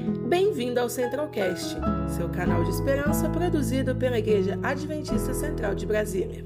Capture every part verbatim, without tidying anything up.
Bem-vindo ao Centralcast, seu canal de esperança produzido pela Igreja Adventista Central de Brasília.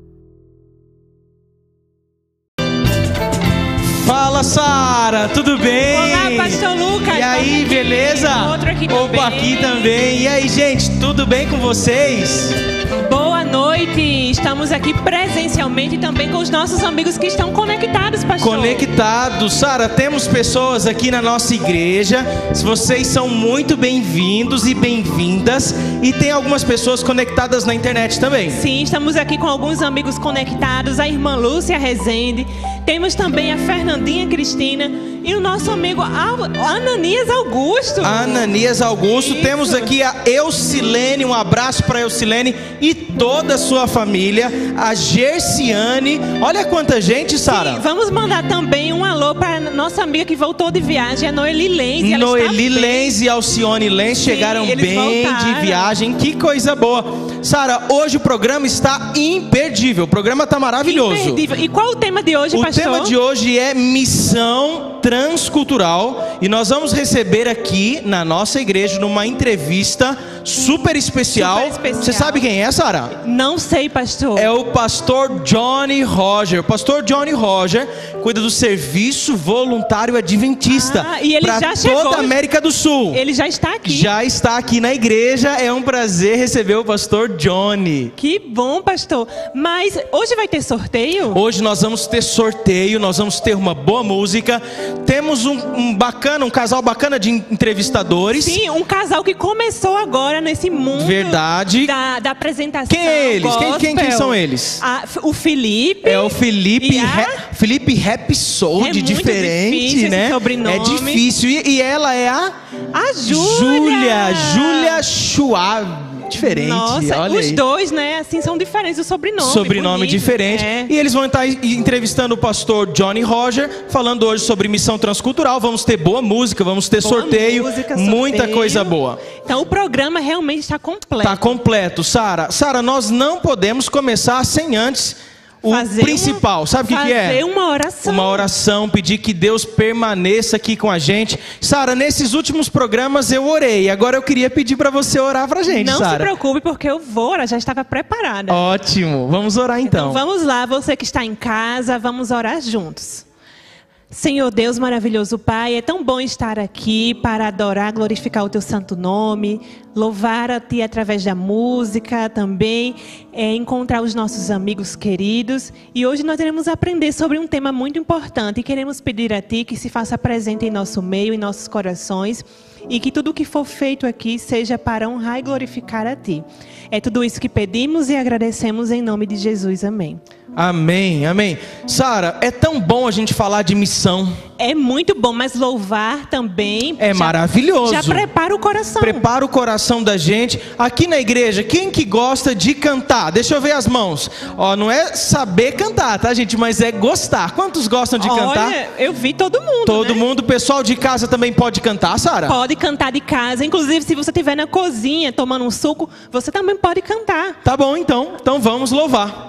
Fala, Sara, tudo bem? Olá, pastor Lucas. E aí, beleza? Outro aqui Opa, também. aqui também. E aí, gente, tudo bem com vocês? Boa noite. Estamos aqui presencialmente e também com os nossos amigos que estão conectados, pastor. Conectados. Sara, temos pessoas aqui na nossa igreja. Vocês são muito bem-vindos e bem-vindas. E tem algumas pessoas conectadas na internet também. Sim, estamos aqui com alguns amigos conectados. A irmã Lúcia Rezende. Temos também a Fernandinha Cristina e o nosso amigo Ananias Augusto. Ananias Augusto. Isso. Temos aqui a Eucilene. Um abraço para a Eucilene e toda a sua família. A Gerciane. Olha quanta gente, Sara. Vamos mandar também um alô para a nossa amiga que voltou de viagem, a Noeli Lenz. Ela Noeli está bem. Lenz e Alcione Lenz Sim, chegaram eles bem voltaram. de viagem. Que coisa boa. Sara, hoje o programa está imperdível. O programa está maravilhoso. Imperdível. E qual o tema de hoje, O pastor? tema de hoje é missão transcultural e nós vamos receber aqui na nossa igreja numa entrevista super especial. Super especial. Você sabe quem é, Sara? Não sei, pastor. É o pastor Johnny Roger. O pastor Johnny Roger cuida do serviço voluntário adventista Ah, e ele para já chegou. toda a América do Sul. Ele já está aqui. Já está aqui na igreja. É um prazer receber o pastor Johnny. Que bom, pastor. Mas hoje vai ter sorteio? Hoje nós vamos ter sorteio, nós vamos ter uma boa música. Temos um, um bacana, um casal bacana de entrevistadores. Sim, um casal que começou agora nesse mundo. Verdade. Da, da apresentação. Quem é eles? Quem, quem, quem gospel. são eles? A- o Felipe. É o Felipe, E a- Ra- Felipe Rapsold, É muito diferente, difícil né? esse sobrenome. É difícil. E, e ela é a A Júlia. Júlia, Júlia Schwab. Diferente, Nossa, olha os aí. dois, né? Assim, são diferentes. O sobrenome. Sobrenome bonito. diferente. É. E eles vão estar entrevistando o pastor Johnny Roger, falando hoje sobre missão transcultural. Vamos ter boa música, vamos ter Boa sorteio, música, muita sorteio. coisa boa. Então o programa realmente está completo. Tá completo, Sara. Sara, nós não podemos começar sem antes o Fazer principal. uma- Sabe o que, que é? Fazer uma oração. Uma oração, pedir que Deus permaneça aqui com a gente. Sara, nesses últimos programas eu orei. Agora eu queria pedir para você orar pra gente, Não se Sara. preocupe, porque eu vou orar, já estava preparada. Ótimo. Vamos orar então. Então vamos lá, você que está em casa, vamos orar juntos. Senhor Deus maravilhoso Pai, é tão bom estar aqui para adorar, glorificar o Teu santo nome, louvar a Ti através da música também, é, encontrar os nossos amigos queridos. E hoje nós iremos aprender sobre um tema muito importante e queremos pedir a Ti que se faça presente em nosso meio, em nossos corações, e que tudo o que for feito aqui seja para honrar e glorificar a Ti. É tudo isso que pedimos e agradecemos em nome de Jesus. Amém. Amém, amém. Sara, é tão bom a gente falar de missão. É muito bom, mas louvar também É já- maravilhoso. Já prepara o coração. Prepara o coração da gente. Aqui na igreja, quem que gosta de cantar? Deixa eu ver as mãos. Ó, não é saber cantar, tá, gente? Mas é gostar. Quantos gostam de cantar? Olha, eu vi todo mundo. Todo né? mundo. O pessoal de casa também pode cantar, Sara? Pode cantar de casa. Inclusive, se você estiver na cozinha tomando um suco, você também pode cantar. Tá bom, então. Então vamos louvar.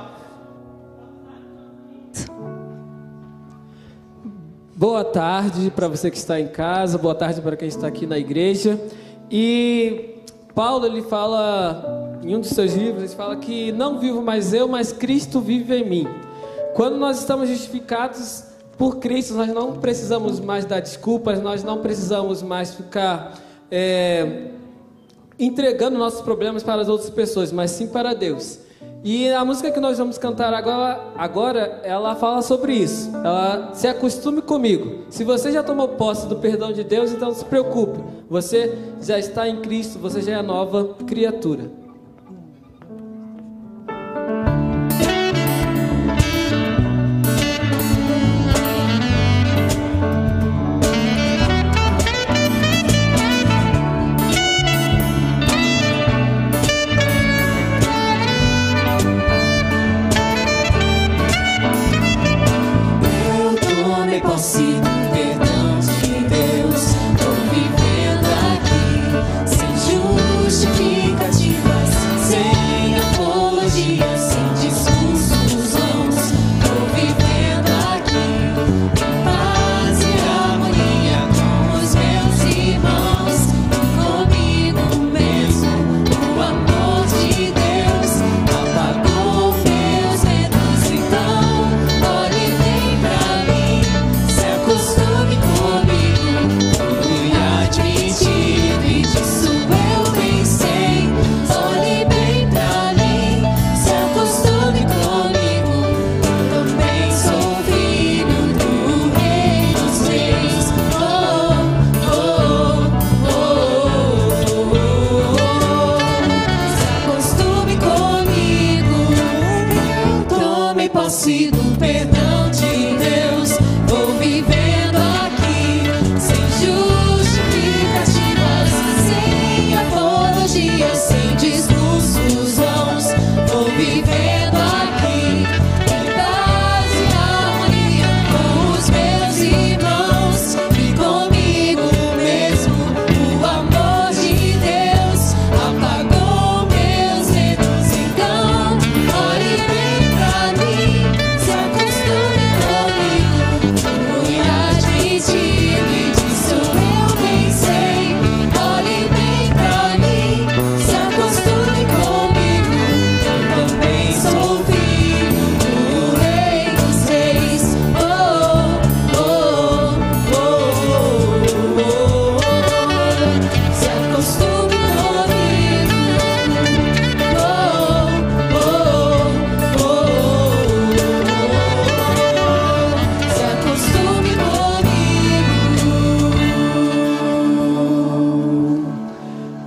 Boa tarde para você que está em casa, boa tarde para quem está aqui na igreja. E Paulo, ele fala, em um dos seus livros, ele fala que não vivo mais eu, mas Cristo vive em mim. Quando nós estamos justificados por Cristo, nós não precisamos mais dar desculpas, nós não precisamos mais ficar é, entregando nossos problemas para as outras pessoas, mas sim para Deus. E a música que nós vamos cantar agora, agora, ela fala sobre isso. Ela se acostume comigo. Se você já tomou posse do perdão de Deus, então não se preocupe. Você já está em Cristo, você já é nova criatura. Posse do perdão de Deus, tô vivendo aqui sem justificativa.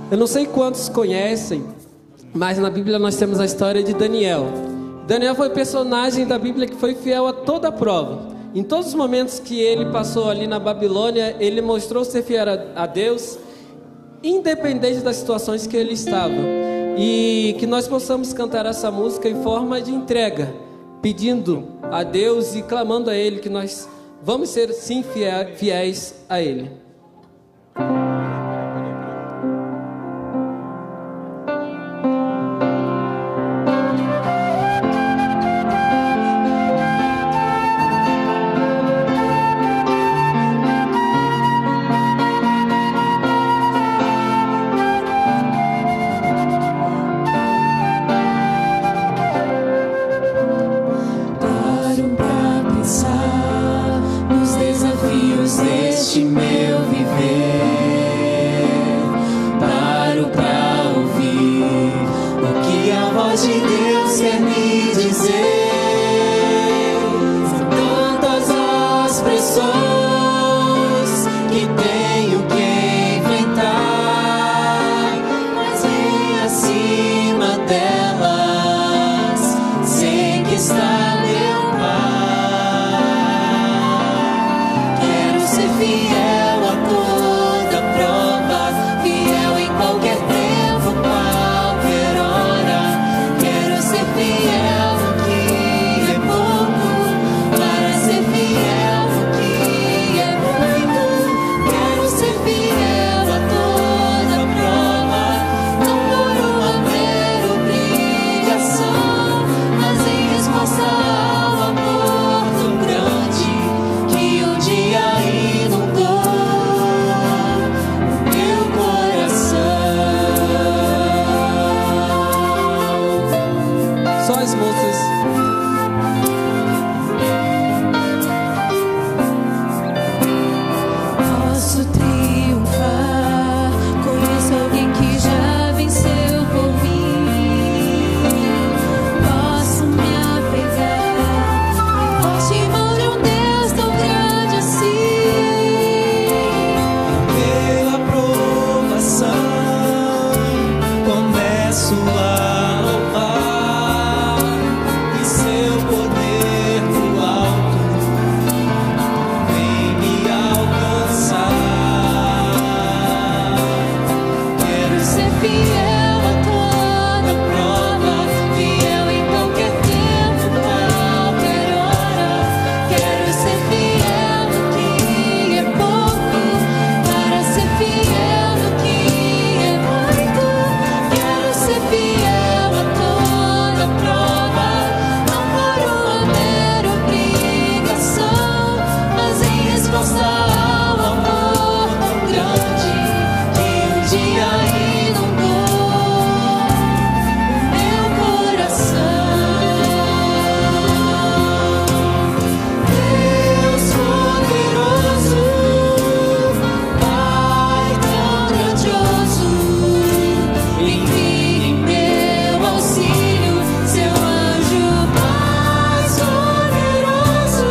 Eu não sei quantos conhecem, mas na Bíblia nós temos a história de Daniel. Daniel foi o personagem da Bíblia que foi fiel a toda a prova. Em todos os momentos que ele passou ali na Babilônia, ele mostrou ser fiel a Deus, independente das situações que ele estava. E que nós possamos cantar essa música em forma de entrega, pedindo a Deus e clamando a Ele que nós vamos ser sim fiéis a Ele. Deste meu viver, paro pra ouvir o que a voz de Deus quer me dizer. São tantas as pressões que tenho que enfrentar, mas em acima delas sei que está meu Pai. Fiel a toda prova, fiel em qualquer tempo, qualquer hora. Quero ser fiel no que é pouco, para ser fiel no que é muito. Quero ser fiel a toda prova, não por uma mera obrigação, mas em resposta ao amor tão grande que um dia inundou meu coração. Só as moças. Posso triunfar, conheço alguém que já venceu por mim. Posso me apegar ao forte mão de um Deus tão grande assim. Pela provação começo a louvar, e seu poder no alto vem me alcançar. Quero ser fiel a toda prova, fiel em qualquer tempo, qualquer hora. Quero ser fiel no que é pouco, para ser fiel no que é muito. Quero ser fiel a toda prova, não por uma mera obrigação, mas em resposta ao amor tão grande que um dia inundou meu coração. Deus poderoso, Pai tão grandioso, envie em meu auxílio seu anjo mais poderoso.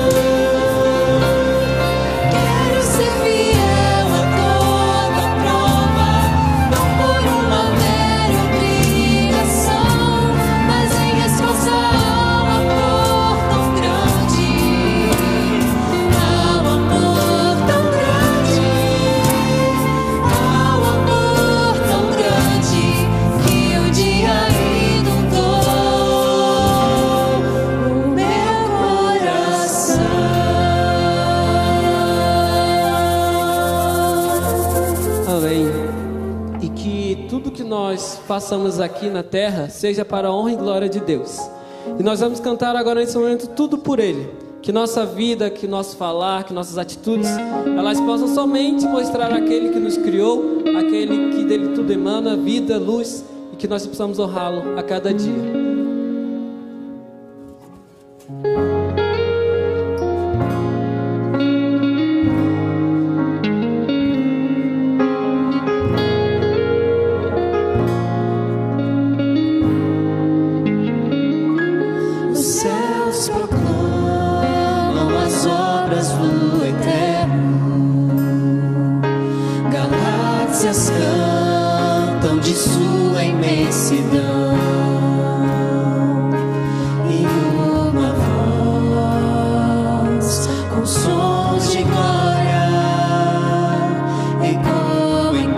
Quero ser fiel a toda prova, não por uma mera obrigação, mas em resposta ao amor tão grande, ao amor tão grande, ao amor tão grande que um dia inundou o meu coração. Amém. E que tudo que nós façamos aqui na terra seja para a honra e glória de Deus. E nós vamos cantar agora nesse momento tudo por Ele. Que nossa vida, que nosso falar, que nossas atitudes, elas possam somente mostrar aquele que nos criou, aquele que dele tudo emana, vida, luz, e que nós possamos honrá-lo a cada dia. Os céus proclamam as obras do Eterno, galáxias cantam cantam de sua imensidão. E uma voz com sons de glória ecoa em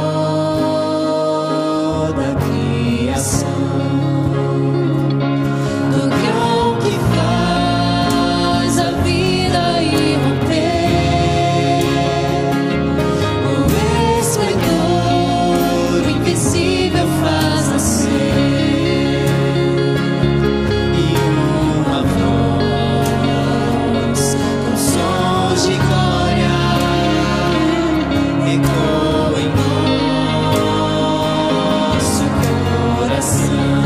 toda a criação. Do grão que faz a vida irromper, o esplendor invisível faz nascer. E uma voz com sons de glória ecoa em nosso coração.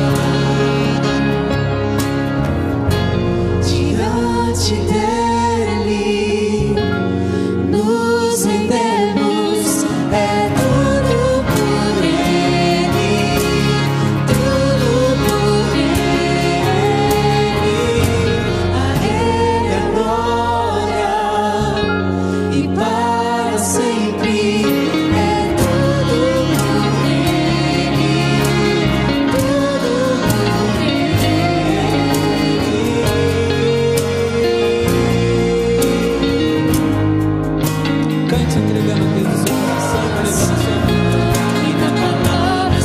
Diante dele nos rendemos, é tudo por ele, tudo por ele. A ele a glória e para sempre, é tudo por ele, tudo por ele. Cante entregando a Deus o seu coração, entregando a sua vida. E na palavra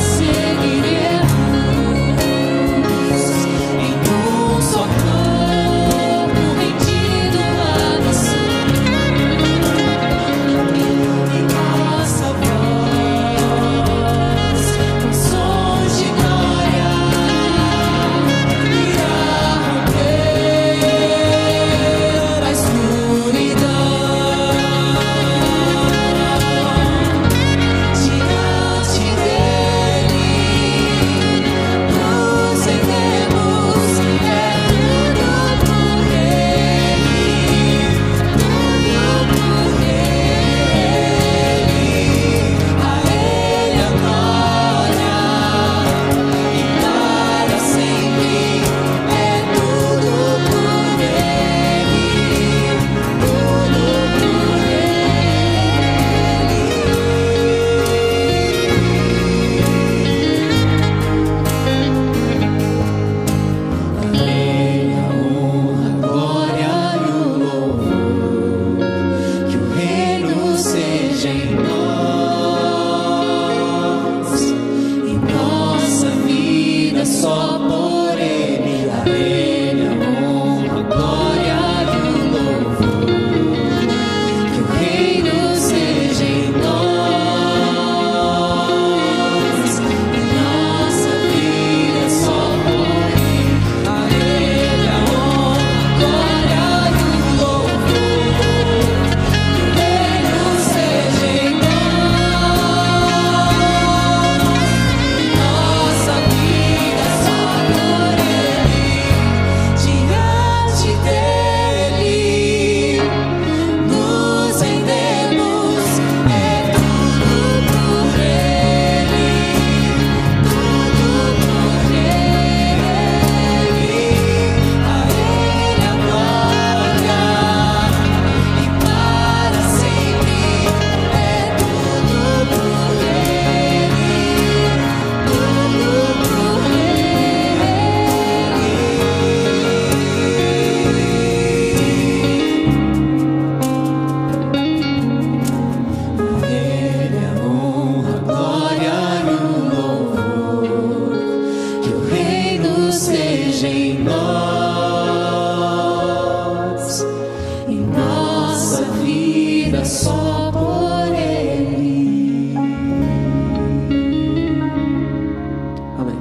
seguiremos, em um só corpo rendido à missão. E nossa voz, com sons de glória, irá romper a escuridão. Diante dele nos rendemos, é tudo por ele, tudo por ele. A ele a glória e para sempre, é tudo por ele, tudo por ele. A honra, a glória e o louvor, que o reino seja em nós, em nossa vida só por ele. A ele a honra, a glória e o louvor, que o reino seja em nós, em nossa vida só por ele. A ele a honra, a glória e o louvor, que o reino seja em nós, em nossa vida só por ele. Diante dele nos rendemos, é tudo por ele, tudo por ele. A ele a glória e para sempre, é tudo por ele, tudo por ele. A ele a honra, a glória e o louvor, que o reino seja em nós, em nossa vida só por ele. Amém.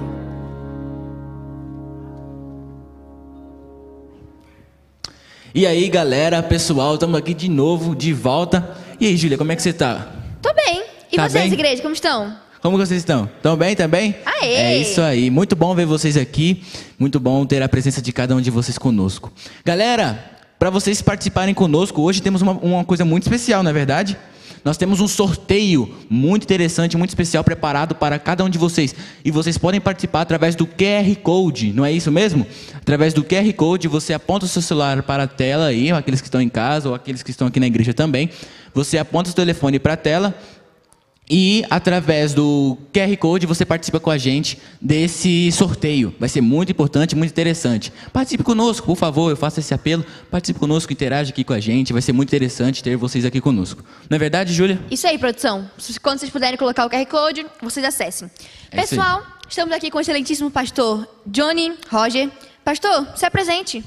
E aí, galera, pessoal, estamos aqui de novo, de volta. E aí, Júlia, como é que você tá? Tô bem. E Tá vocês, bem? igreja, como estão? Como vocês estão? Estão bem também? Aê! É isso aí. Muito bom ver vocês aqui. Muito bom ter a presença de cada um de vocês conosco. Galera, para vocês participarem conosco, hoje temos uma, uma coisa muito especial, não é verdade? Nós temos um sorteio muito interessante, muito especial preparado para cada um de vocês. E vocês podem participar através do Q R Code, não é isso mesmo? Através do Q R Code, você aponta o seu celular para a tela aí, aqueles que estão em casa ou aqueles que estão aqui na igreja também. Você aponta o seu telefone para a tela E através do Q R Code você participa com a gente desse sorteio. Vai ser muito importante, muito interessante. Participe conosco, por favor, eu faço esse apelo. Participe conosco, interage aqui com a gente. Vai ser muito interessante ter vocês aqui conosco. Não é verdade, Júlia? Isso aí, produção. Quando vocês puderem colocar o Q R Code, vocês acessem. É isso Pessoal, estamos aqui com o excelentíssimo pastor Johnny Roger. Pastor, se apresente.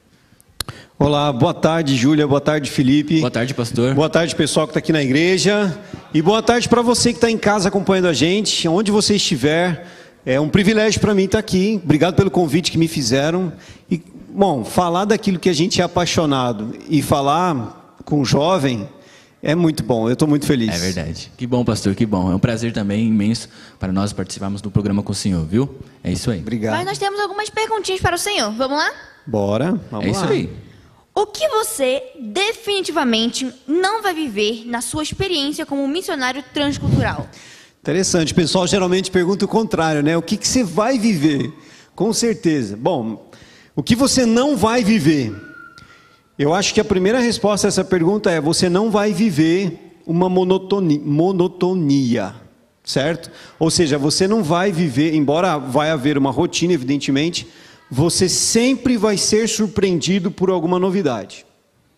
Olá, boa tarde, Júlia, boa tarde, Felipe. Boa tarde, pastor. Boa tarde, pessoal que está aqui na igreja. E boa tarde para você que está em casa acompanhando a gente, onde você estiver. É um privilégio para mim estar aqui. Obrigado pelo convite que me fizeram. E, bom, falar daquilo que a gente é apaixonado e falar com o jovem é muito bom. Eu estou muito feliz. É verdade. Que bom, pastor, que bom. É um prazer também imenso para nós participarmos do programa com o senhor, viu? É isso aí. Obrigado. Mas nós temos algumas perguntinhas para o senhor. Vamos lá? Bora, vamos É lá. isso aí. O que você definitivamente não vai viver na sua experiência como missionário transcultural? Interessante. O pessoal geralmente pergunta o contrário, né? O que, que você vai viver? Com certeza. Bom, o que você não vai viver? Eu acho que a primeira resposta a essa pergunta é: você não vai viver uma monotonia, monotonia, certo? Ou seja, você não vai viver, embora vai haver uma rotina, evidentemente, você sempre vai ser surpreendido por alguma novidade.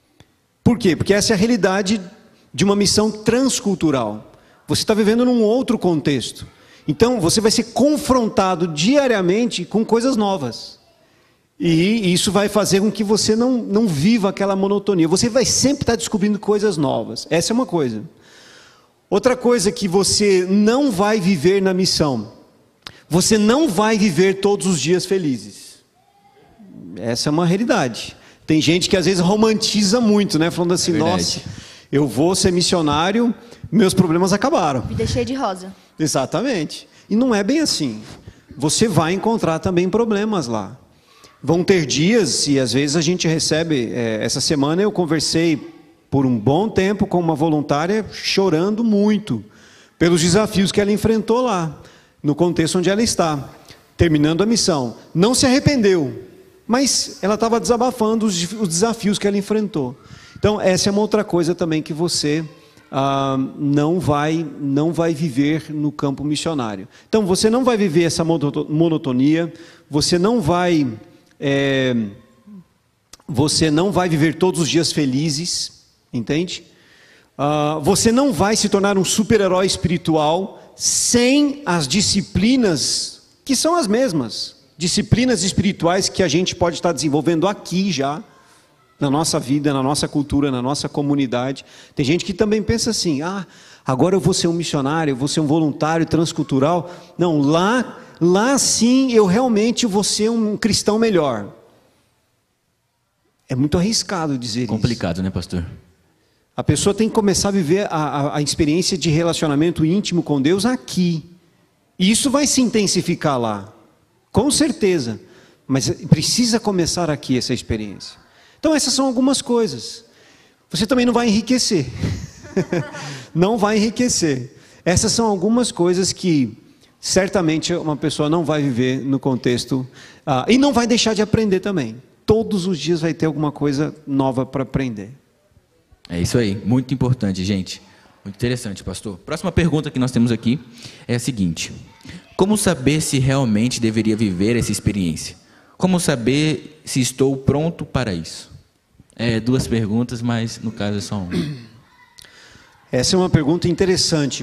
Por quê? Porque essa é a realidade de uma missão transcultural. Você está vivendo num outro contexto. Então, você vai ser confrontado diariamente com coisas novas. E isso vai fazer com que você não, não viva aquela monotonia. Você vai sempre estar descobrindo coisas novas. Essa é uma coisa. Outra coisa que você não vai viver na missão: você não vai viver todos os dias felizes. Essa é uma realidade. Tem gente que às vezes romantiza muito, né? Falando assim, É verdade. nossa, eu vou ser missionário, meus problemas acabaram. Vida cheia de rosa. Exatamente. E não é bem assim. Você vai encontrar também problemas lá. Vão ter dias, e às vezes a gente recebe... É, essa semana eu conversei por um bom tempo com uma voluntária chorando muito pelos desafios que ela enfrentou lá, no contexto onde ela está, terminando a missão. Não se arrependeu, mas ela estava desabafando os, os desafios que ela enfrentou. Então, essa é uma outra coisa também que você ah, não vai, não vai viver no campo missionário. Então, você não vai viver essa monotonia, você não vai, é, você não vai viver todos os dias felizes, entende? Ah, você não vai se tornar um super-herói espiritual sem as disciplinas que são as mesmas. Disciplinas espirituais que a gente pode estar desenvolvendo aqui já, na nossa vida, na nossa cultura, na nossa comunidade. Tem gente que também pensa assim: ah, agora eu vou ser um missionário, eu vou ser um voluntário transcultural. Não, lá, lá sim eu realmente vou ser um cristão melhor. É muito arriscado dizer isso. Complicado, né, pastor? A pessoa tem que começar a viver a, a, a experiência de relacionamento íntimo com Deus aqui. E isso vai se intensificar lá. Com certeza, mas precisa começar aqui essa experiência. Então essas são algumas coisas. Você também não vai enriquecer. Não vai enriquecer. Essas são algumas coisas que certamente uma pessoa não vai viver no contexto, ah, e não vai deixar de aprender também. Todos os dias vai ter alguma coisa nova para aprender. É isso aí, muito importante, gente. Muito interessante, pastor. Próxima pergunta que nós temos aqui é a seguinte: como saber se realmente deveria viver essa experiência? Como saber se estou pronto para isso? É duas perguntas, mas no caso é só uma. Essa é uma pergunta interessante.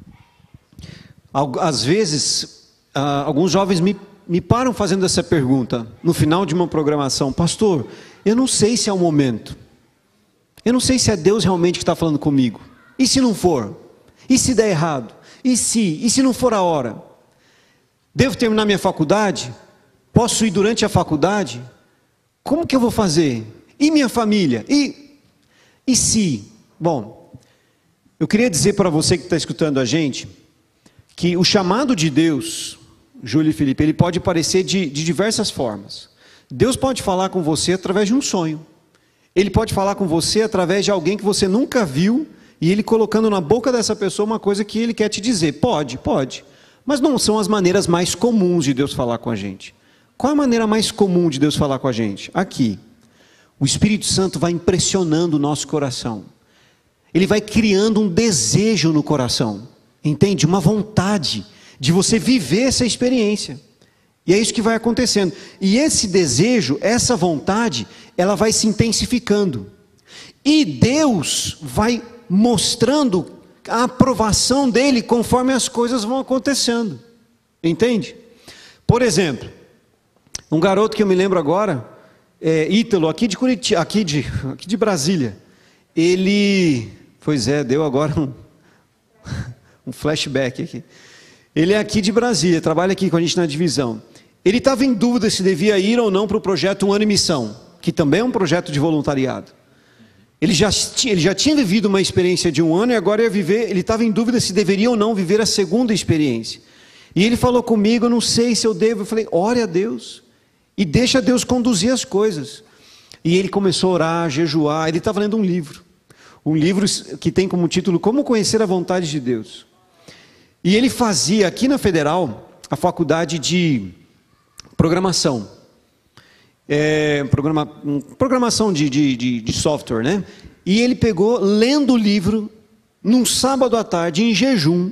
Às vezes, alguns jovens me, me param fazendo essa pergunta no final de uma programação: pastor, eu não sei se é o momento. Eu não sei se é Deus realmente que está falando comigo. E se não for? E se der errado? E se? E se não for a hora? Devo terminar minha faculdade? Posso ir durante a faculdade? Como que eu vou fazer? E minha família? E, e se? Bom, eu queria dizer para você que está escutando a gente, que o chamado de Deus, Júlio e Felipe, ele pode aparecer de, de diversas formas. Deus pode falar com você através de um sonho. Ele pode falar com você através de alguém que você nunca viu, e ele colocando na boca dessa pessoa uma coisa que ele quer te dizer. Pode, pode. Mas não são as maneiras mais comuns de Deus falar com a gente. Qual é a maneira mais comum de Deus falar com a gente? Aqui. O Espírito Santo vai impressionando o nosso coração. Ele vai criando um desejo no coração. Entende? Uma vontade de você viver essa experiência. E é isso que vai acontecendo. E esse desejo, essa vontade, ela vai se intensificando. E Deus vai mostrando a aprovação dele conforme as coisas vão acontecendo. Entende? Por exemplo, um garoto que eu me lembro agora, é, Ítalo, aqui de Curitiba, aqui de, aqui de Brasília. Ele, pois é, deu agora um, um flashback aqui. Ele é aqui de Brasília, trabalha aqui com a gente na divisão. Ele estava em dúvida se devia ir ou não para o projeto Um Ano em Missão, que também é um projeto de voluntariado. Ele já, ele já tinha vivido uma experiência de um ano e agora ia viver, ele estava em dúvida se deveria ou não viver a segunda experiência. E ele falou comigo, eu não sei se eu devo. Eu falei, ore a Deus e deixa Deus conduzir as coisas. E ele começou a orar, a jejuar. Ele estava lendo um livro, um livro que tem como título Como Conhecer a Vontade de Deus. E ele fazia aqui na Federal a faculdade de programação. É, programa, programação de, de, de, de software, né? E ele pegou, lendo o livro, num sábado à tarde, em jejum,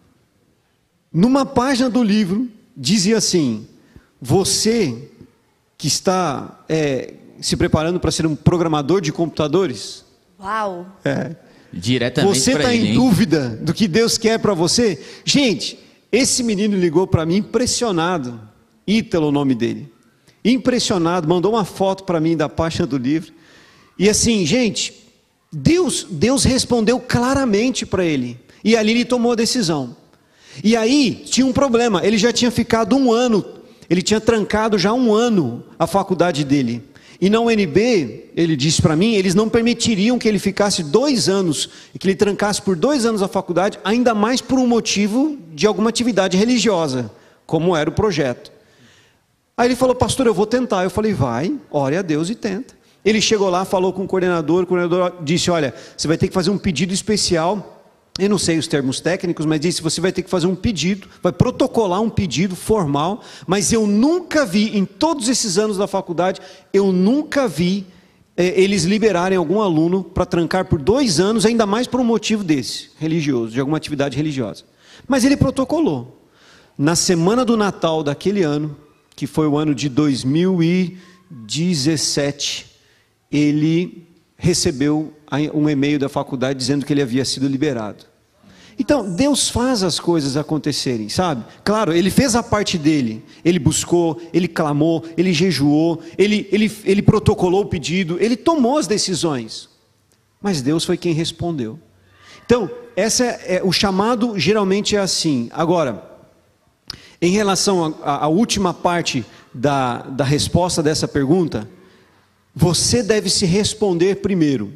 numa página do livro, dizia assim: você que está é, se preparando para ser um programador de computadores, Uau! é, Diretamente você está em hein? dúvida do que Deus quer para você? Gente, esse menino ligou para mim impressionado, Ítalo o nome dele. Impressionado, mandou uma foto para mim da página do livro. E assim, gente, Deus, Deus respondeu claramente para ele. E ali ele tomou a decisão. E aí tinha um problema, ele já tinha ficado um ano, ele tinha trancado já um ano a faculdade dele. E na U N B, ele disse para mim, eles não permitiriam que ele ficasse dois anos, e que ele trancasse por dois anos a faculdade, ainda mais por um motivo de alguma atividade religiosa, como era o projeto. Aí ele falou, pastor, eu vou tentar. Eu falei, vai, ore a Deus e tenta. Ele chegou lá, falou com o coordenador, o coordenador disse, olha, você vai ter que fazer um pedido especial, eu não sei os termos técnicos, mas disse, você vai ter que fazer um pedido, vai protocolar um pedido formal, mas eu nunca vi, em todos esses anos da faculdade, eu nunca vi eh, eles liberarem algum aluno para trancar por dois anos, ainda mais por um motivo desse, religioso, de alguma atividade religiosa. Mas ele protocolou. Na semana do Natal daquele ano, que foi o ano de dois mil e dezessete, ele recebeu um e-mail da faculdade dizendo que ele havia sido liberado. Então, Deus faz as coisas acontecerem, sabe? Claro, ele fez a parte dele, ele buscou, ele clamou, ele jejuou, ele, ele, ele protocolou o pedido, ele tomou as decisões, mas Deus foi quem respondeu. Então, essa é, é, o chamado geralmente é assim. Agora, em relação à última parte da, da resposta dessa pergunta, você deve se responder primeiro.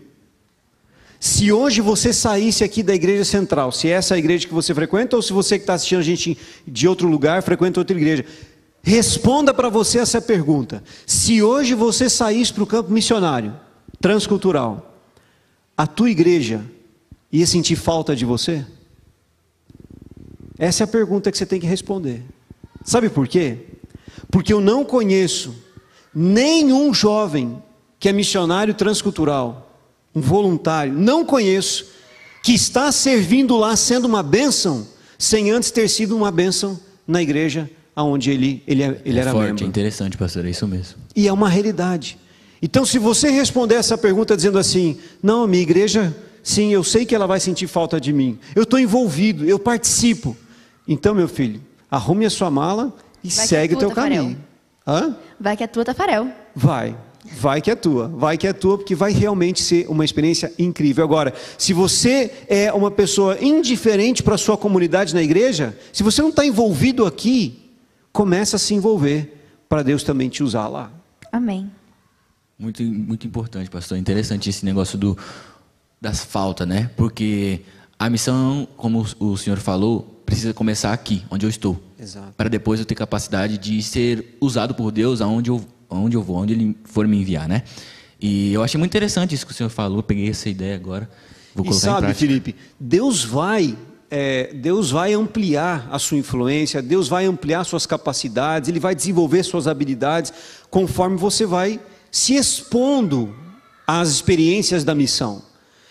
Se hoje você saísse aqui da igreja central, se essa é a igreja que você frequenta, ou se você que está assistindo a gente de outro lugar, frequenta outra igreja, responda para você essa pergunta. Se hoje você saísse para o campo missionário, transcultural, a tua igreja ia sentir falta de você? Essa é a pergunta que você tem que responder. Sabe por quê? Porque eu não conheço nenhum jovem que é missionário transcultural, um voluntário, não conheço, que está servindo lá sendo uma bênção, sem antes ter sido uma bênção na igreja onde ele, ele, ele é era forte, membro. É interessante, pastor, é isso mesmo. E é uma realidade. Então, se você responder essa pergunta dizendo assim, não, minha igreja, sim, eu sei que ela vai sentir falta de mim, eu estou envolvido, eu participo. Então, meu filho, arrume a sua mala e Vai segue o que é teu tua, caminho. Hã? Vai que é tua, Tafarel. Vai, vai que é tua, vai que é tua, porque vai realmente ser uma experiência incrível. Agora, se você é uma pessoa indiferente para a sua comunidade na igreja, se você não está envolvido aqui, começa a se envolver, para Deus também te usar lá. Amém. Muito, muito importante, pastor. Interessante esse negócio do, das faltas, né? Porque a missão, como o senhor falou, precisa começar aqui, onde eu estou. Exato. Para depois eu ter capacidade de ser usado por Deus aonde eu, aonde eu vou, onde Ele for me enviar, né? E eu achei muito interessante isso que o senhor falou, eu peguei essa ideia agora, vou colocar e sabe, em prática. Felipe, Deus vai, é, Deus vai ampliar a sua influência, Deus vai ampliar suas capacidades, Ele vai desenvolver suas habilidades, conforme você vai se expondo às experiências da missão.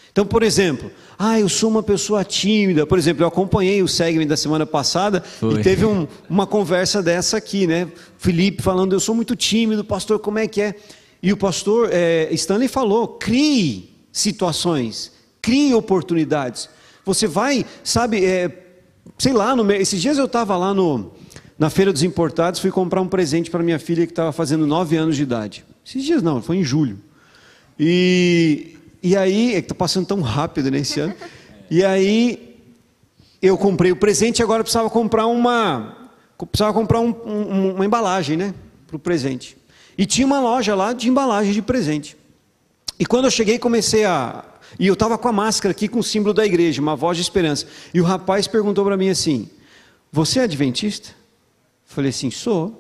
Então, por exemplo, ah, eu sou uma pessoa tímida. Por exemplo, eu acompanhei o segmento da semana passada Foi. e teve um, uma conversa dessa aqui, né? Felipe falando, eu sou muito tímido, pastor, como é que é? E o pastor é, Stanley falou, crie situações, crie oportunidades. Você vai, sabe, é, sei lá, no, esses dias eu estava lá no, na Feira dos Importados, fui comprar um presente para minha filha que estava fazendo nove anos de idade. Esses dias não, foi em julho. E... E aí, é que está passando tão rápido nesse ano. E aí, eu comprei o presente e agora precisava comprar uma, precisava comprar um, um, uma embalagem, né, para o presente. E tinha uma loja lá de embalagem de presente. E quando eu cheguei, comecei a... E eu estava com a máscara aqui com o símbolo da igreja, uma voz de esperança. E o rapaz perguntou para mim assim, você é adventista? Eu falei assim, sou.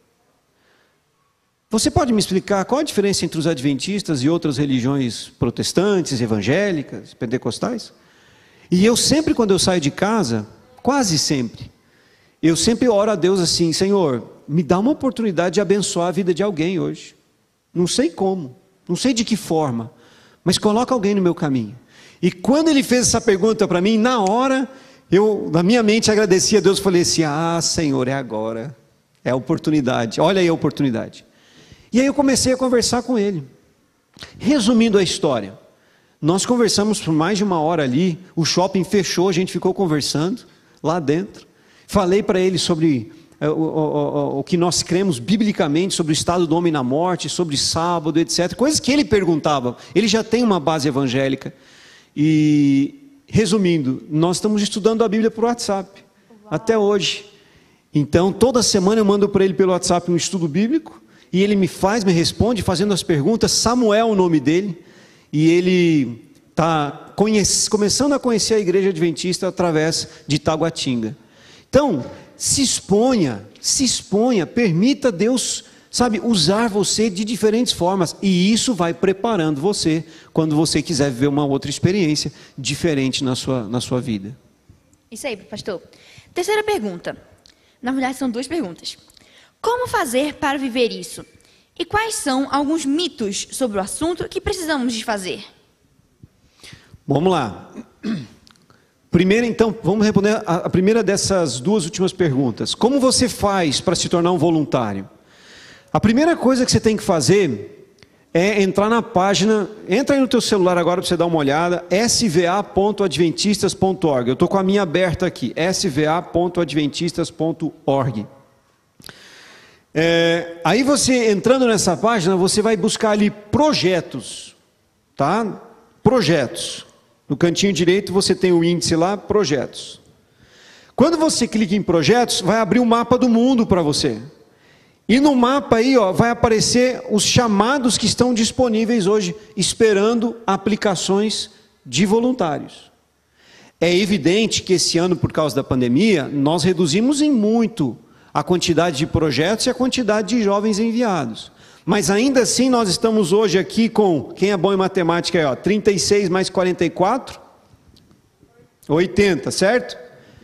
Você pode me explicar qual a diferença entre os adventistas e outras religiões protestantes, evangélicas, pentecostais? E eu sempre, quando eu saio de casa, quase sempre, eu sempre oro a Deus assim, Senhor, me dá uma oportunidade de abençoar a vida de alguém hoje. Não sei como, não sei de que forma, mas coloca alguém no meu caminho. E quando ele fez essa pergunta para mim, na hora, eu, na minha mente, agradeci a Deus, falei assim, ah, Senhor, é agora, é a oportunidade, olha aí a oportunidade. E aí eu comecei a conversar com ele. Resumindo a história, nós conversamos por mais de uma hora ali, o shopping fechou, a gente ficou conversando lá dentro. Falei para ele sobre o, o, o, o que nós cremos biblicamente, sobre o estado do homem na morte, sobre sábado, etcétera. Coisas que ele perguntava, ele já tem uma base evangélica. E, resumindo, nós estamos estudando a Bíblia por WhatsApp, até hoje. Então, toda semana eu mando para ele pelo WhatsApp um estudo bíblico, e ele me faz, me responde, fazendo as perguntas. Samuel é o nome dele, e ele está começando a conhecer a igreja adventista através de Taguatinga. Então, se exponha, se exponha, permita Deus, sabe, usar você de diferentes formas, e isso vai preparando você, quando você quiser viver uma outra experiência diferente na sua, na sua vida. Isso aí, pastor. Terceira pergunta. Na verdade, são duas perguntas. Como fazer para viver isso? E quais são alguns mitos sobre o assunto que precisamos de fazer? Vamos lá. Primeiro, então, vamos responder a, a primeira dessas duas últimas perguntas. Como você faz para se tornar um voluntário? A primeira coisa que você tem que fazer é entrar na página, entra aí no teu celular agora para você dar uma olhada, s v a ponto adventistas ponto org. Eu estou com a minha aberta aqui, s v a ponto adventistas ponto org. É, aí você, entrando nessa página, você vai buscar ali projetos, tá? Projetos. No cantinho direito você tem o índice lá, projetos. Quando você clica em projetos, vai abrir um mapa do mundo para você. E no mapa aí, ó, vai aparecer os chamados que estão disponíveis hoje, esperando aplicações de voluntários. É evidente que esse ano, por causa da pandemia, nós reduzimos em muito a quantidade de projetos e a quantidade de jovens enviados. Mas ainda assim nós estamos hoje aqui com, quem é bom em matemática aí, ó, trinta e seis mais quarenta e quatro? oitenta, certo?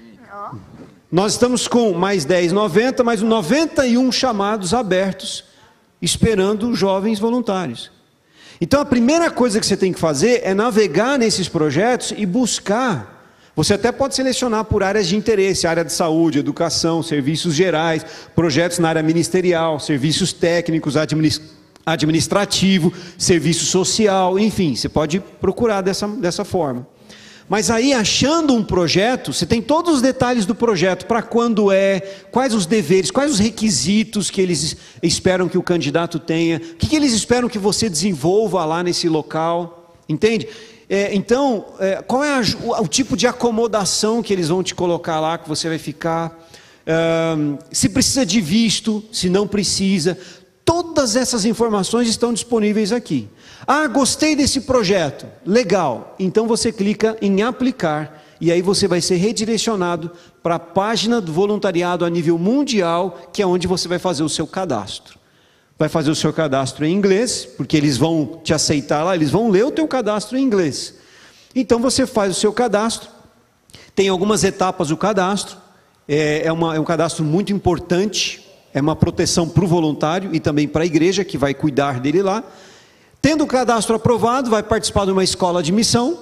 Nós estamos com mais dez, noventa, mais noventa e um chamados abertos, esperando jovens voluntários. Então a primeira coisa que você tem que fazer é navegar nesses projetos e buscar. Você até pode selecionar por áreas de interesse, área de saúde, educação, serviços gerais, projetos na área ministerial, serviços técnicos, administrativo, serviço social, enfim, você pode procurar dessa, dessa forma. Mas aí, achando um projeto, você tem todos os detalhes do projeto, para quando é, quais os deveres, quais os requisitos que eles esperam que o candidato tenha, o que, que eles esperam que você desenvolva lá nesse local, entende? É, então, é, qual é a, o, o tipo de acomodação que eles vão te colocar lá, que você vai ficar, é, se precisa de visto, se não precisa, todas essas informações estão disponíveis aqui. Ah, gostei desse projeto, legal, então você clica em aplicar, e aí você vai ser redirecionado para a página do voluntariado a nível mundial, que é onde você vai fazer o seu cadastro. Vai fazer o seu cadastro em inglês, porque eles vão te aceitar lá, eles vão ler o teu cadastro em inglês. Então você faz o seu cadastro, tem algumas etapas do cadastro, é, é, uma, é um cadastro muito importante, é uma proteção para o voluntário e também para a igreja que vai cuidar dele lá. Tendo o cadastro aprovado, vai participar de uma escola de missão,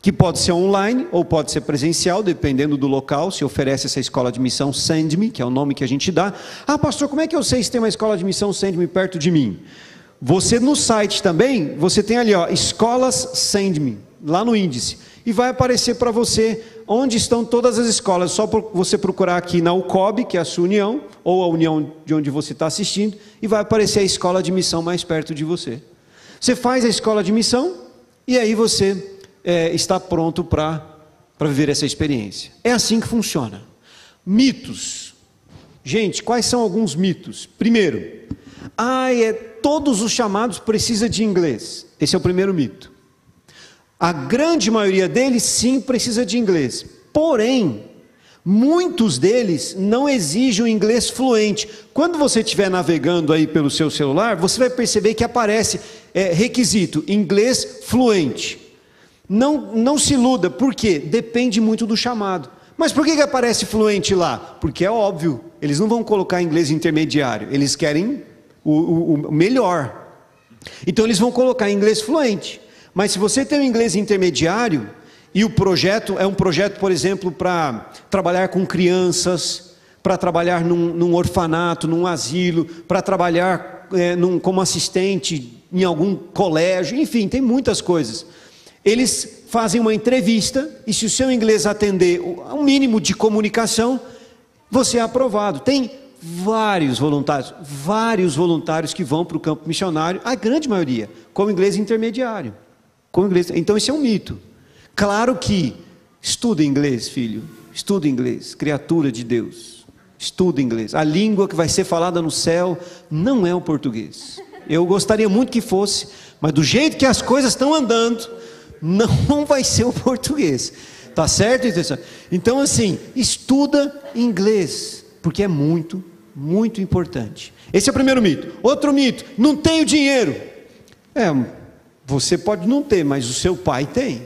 que pode ser online ou pode ser presencial, dependendo do local. Se oferece essa escola de missão Send-me, que é o nome que a gente dá. Ah, pastor, como é que eu sei se tem uma escola de missão Send-me perto de mim? Você no site também, você tem ali, ó, escolas Send-me, lá no índice. E vai aparecer para você onde estão todas as escolas. Só você procurar aqui na U C O B, que é a sua união, ou a união de onde você está assistindo, e vai aparecer a escola de missão mais perto de você. Você faz a escola de missão, e aí você é, está pronto para para viver essa experiência. É assim que funciona. Mitos. Gente, quais são alguns mitos? Primeiro, ah, é, todos os chamados precisam de inglês. Esse é o primeiro mito. A grande maioria deles, sim, precisa de inglês. Porém, muitos deles não exigem o inglês fluente. Quando você estiver navegando aí pelo seu celular, você vai perceber que aparece é, requisito, inglês fluente. Não, não se iluda, por quê? Depende muito do chamado. Mas por que, que aparece fluente lá? Porque é óbvio, eles não vão colocar inglês intermediário, eles querem o, o, o melhor. Então eles vão colocar inglês fluente. Mas se você tem um inglês intermediário, e o projeto é um projeto, por exemplo, para trabalhar com crianças, para trabalhar num, num orfanato, num asilo, para trabalhar é, num, como assistente em algum colégio, enfim, tem muitas coisas. Eles fazem uma entrevista, e se o seu inglês atender um mínimo de comunicação, você é aprovado. Tem vários voluntários, vários voluntários que vão para o campo missionário, a grande maioria, com inglês intermediário. Com inglês. Então isso é um mito. Claro que estuda inglês, filho, estuda inglês, criatura de Deus, estuda inglês. A língua que vai ser falada no céu não é o português. Eu gostaria muito que fosse, mas do jeito que as coisas estão andando, não vai ser o português. Tá certo? Então assim, estuda inglês, porque é muito, muito importante. Esse é o primeiro mito. Outro mito, não tenho dinheiro. É, você pode não ter, mas o seu pai tem.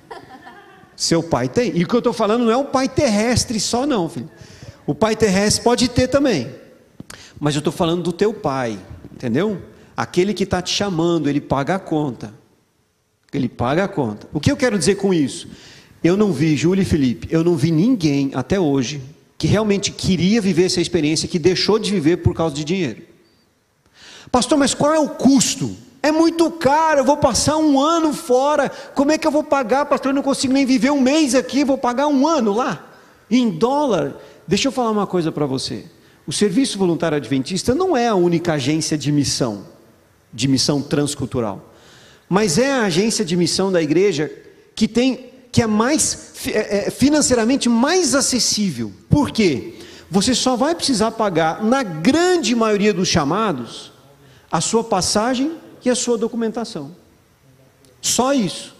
Seu pai tem. E o que eu estou falando não é o pai terrestre só não, filho. O pai terrestre pode ter também. Mas eu estou falando do teu pai, entendeu? Aquele que está te chamando, ele paga a conta. Ele paga a conta. O que eu quero dizer com isso? Eu não vi, Júlio e Felipe, eu não vi ninguém até hoje que realmente queria viver essa experiência, que deixou de viver por causa de dinheiro. Pastor, mas qual é o custo? É muito caro, eu vou passar um ano fora, como é que eu vou pagar, pastor? Eu não consigo nem viver um mês aqui, vou pagar um ano lá, em dólar. Deixa eu falar uma coisa para você, o Serviço Voluntário Adventista não é a única agência de missão, de missão transcultural, mas é a agência de missão da igreja que tem, que é mais, é, financeiramente mais acessível. Por quê? Você só vai precisar pagar, na grande maioria dos chamados, a sua passagem e a sua documentação. Só isso.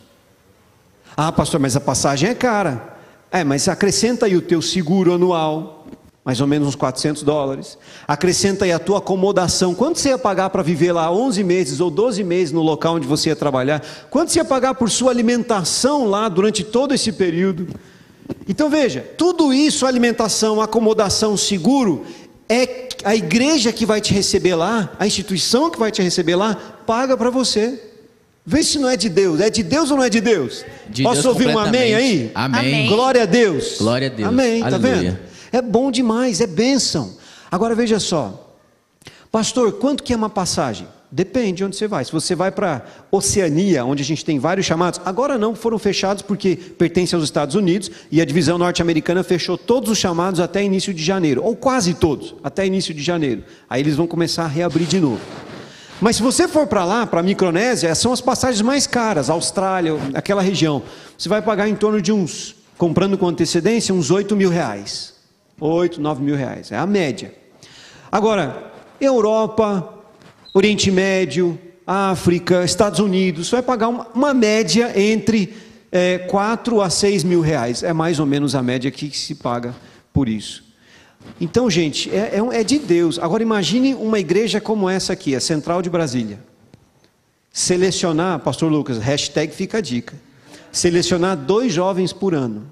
Ah, pastor, mas a passagem é cara. É, mas acrescenta aí o teu seguro anual, mais ou menos uns quatrocentos dólares. Acrescenta aí a tua acomodação. Quanto você ia pagar para viver lá onze meses ou doze meses no local onde você ia trabalhar? Quanto você ia pagar por sua alimentação lá durante todo esse período? Então veja, tudo isso, alimentação, acomodação, seguro, é a igreja que vai te receber lá, a instituição que vai te receber lá, paga para você. Vê se não é de Deus. É de Deus ou não é de Deus? De Posso Deus ouvir um amém aí? Amém. Amém. Glória a Deus. Glória a Deus. Amém, tá Aleluia. vendo? É bom demais, é bênção. Agora veja só, pastor, quanto que é uma passagem? Depende de onde você vai. Se você vai para Oceania, onde a gente tem vários chamados, agora não, foram fechados porque pertencem aos Estados Unidos, e a divisão norte-americana fechou todos os chamados até início de janeiro, ou quase todos, até início de janeiro. Aí eles vão começar a reabrir de novo. Mas se você for para lá, para a Micronésia, são as passagens mais caras, Austrália, aquela região. Você vai pagar em torno de uns, comprando com antecedência, uns oito mil reais. oito, nove mil reais, é a média. Agora, Europa, Oriente Médio, África, Estados Unidos, você vai pagar uma, uma média entre é, quatro a seis mil reais. É mais ou menos a média que se paga por isso. Então, gente, é, é, é de Deus. Agora imagine uma igreja como essa aqui, a Central de Brasília. Selecionar, pastor Lucas, hashtag fica a dica. Selecionar dois jovens por ano.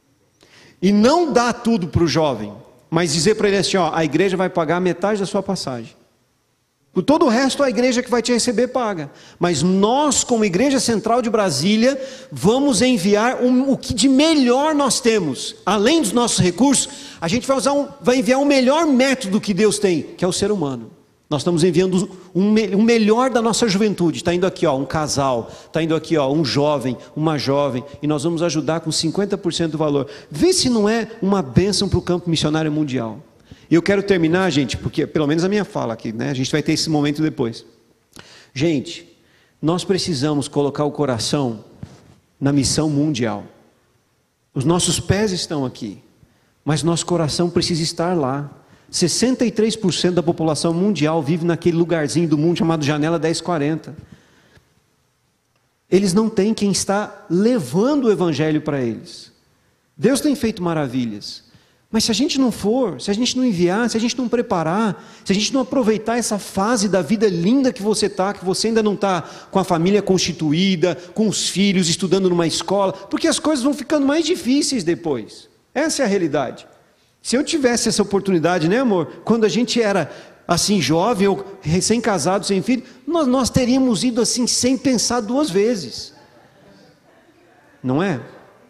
E não dar tudo para o jovem, mas dizer para ele assim, ó, a igreja vai pagar metade da sua passagem. Por todo o resto, a igreja que vai te receber paga. Mas nós, como Igreja Central de Brasília, vamos enviar um, o que de melhor nós temos. Além dos nossos recursos, a gente vai, usar um, vai enviar o melhor método que Deus tem, que é o ser humano. Nós estamos enviando o um, um melhor da nossa juventude. Está indo aqui ó, um casal, está indo aqui ó, um jovem, uma jovem, e nós vamos ajudar com cinquenta por cento do valor. Vê se não é uma bênção para o campo missionário mundial. E eu quero terminar, gente, porque pelo menos a minha fala aqui, né? A gente vai ter esse momento depois. Gente, nós precisamos colocar o coração na missão mundial. Os nossos pés estão aqui, mas nosso coração precisa estar lá. sessenta e três por cento da população mundial vive naquele lugarzinho do mundo chamado Janela dez quarenta. Eles não têm quem está levando o evangelho para eles. Deus tem feito maravilhas. Mas se a gente não for, se a gente não enviar, se a gente não preparar, se a gente não aproveitar essa fase da vida linda que você está, que você ainda não está com a família constituída, com os filhos, estudando numa escola, porque as coisas vão ficando mais difíceis depois. Essa é a realidade. Se eu tivesse essa oportunidade, né amor? Quando a gente era assim jovem, ou recém-casado, sem filho, nós, nós teríamos ido assim sem pensar duas vezes. Não é?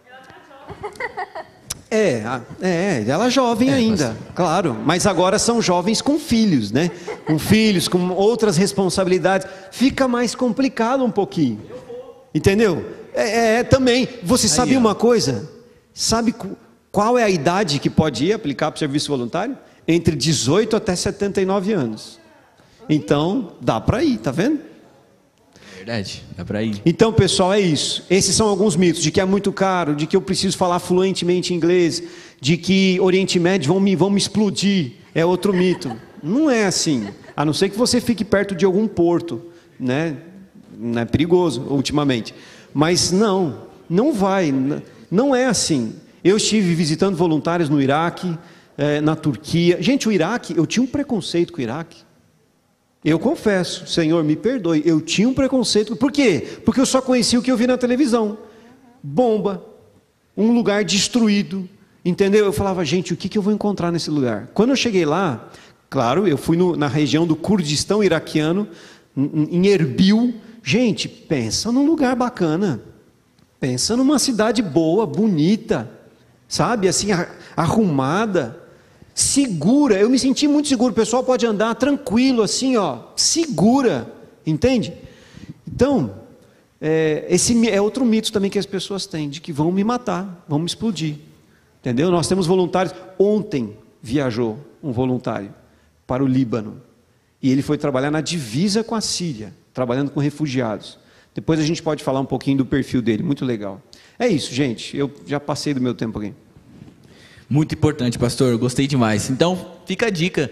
É, é, ela é jovem é, ainda, mas... claro, mas agora são jovens com filhos, né? Com filhos, com outras responsabilidades, fica mais complicado um pouquinho, entendeu? É, é também, você Aí, sabe ó. uma coisa? Sabe qual é a idade que pode ir aplicar para o serviço voluntário? Entre dezoito até setenta e nove anos. Então, dá para ir, tá vendo? Verdade, dá para ir. Então, pessoal, é isso. Esses são alguns mitos, de que é muito caro, de que eu preciso falar fluentemente inglês, de que Oriente Médio vão me, vão me explodir. É outro mito. Não é assim. A não ser que você fique perto de algum porto, né? Não é perigoso, ultimamente. Mas não, não vai. Não é assim. Eu estive visitando voluntários no Iraque, é, na Turquia. Gente, o Iraque, eu tinha um preconceito com o Iraque. Eu confesso, Senhor, me perdoe, eu tinha um preconceito. Por quê? Porque eu só conhecia o que eu vi na televisão. Bomba, um lugar destruído, entendeu? Eu falava, gente, o que, que eu vou encontrar nesse lugar? Quando eu cheguei lá, claro, eu fui no, na região do Kurdistão iraquiano, em Erbil. Gente, pensa num lugar bacana. Pensa numa cidade boa, bonita, sabe? Assim, arrumada. Segura, eu me senti muito seguro. O pessoal pode andar tranquilo assim, ó, segura, entende? Então, é, esse é outro mito também que as pessoas têm, de que vão me matar, vão me explodir, entendeu? Nós temos voluntários. Ontem viajou um voluntário para o Líbano, e ele foi trabalhar na divisa com a Síria, trabalhando com refugiados. Depois a gente pode falar um pouquinho do perfil dele, muito legal. É isso, gente, eu já passei do meu tempo aqui. Muito importante, pastor, gostei demais. Então, fica a dica.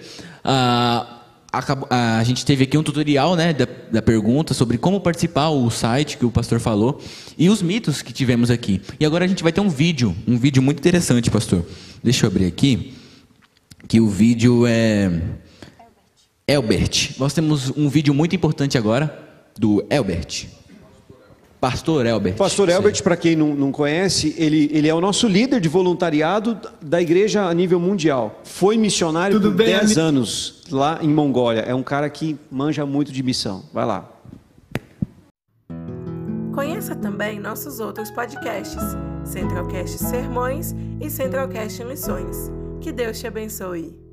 Ah, a, a gente teve aqui um tutorial, né, da, da pergunta sobre como participar, o site que o pastor falou, e os mitos que tivemos aqui. E agora a gente vai ter um vídeo, um vídeo muito interessante, pastor. Deixa eu abrir aqui, que o vídeo é... Elbert. Nós temos um vídeo muito importante agora, do Elbert. Pastor Elbert. Pastor Elbert, para quem não, não conhece, ele, ele é o nosso líder de voluntariado da igreja a nível mundial. Foi missionário Tudo por bem, dez amigo? anos lá em Mongólia. É um cara que manja muito de missão. Vai lá. Conheça também nossos outros podcasts, Centralcast Sermões e Centralcast Missões. Que Deus te abençoe.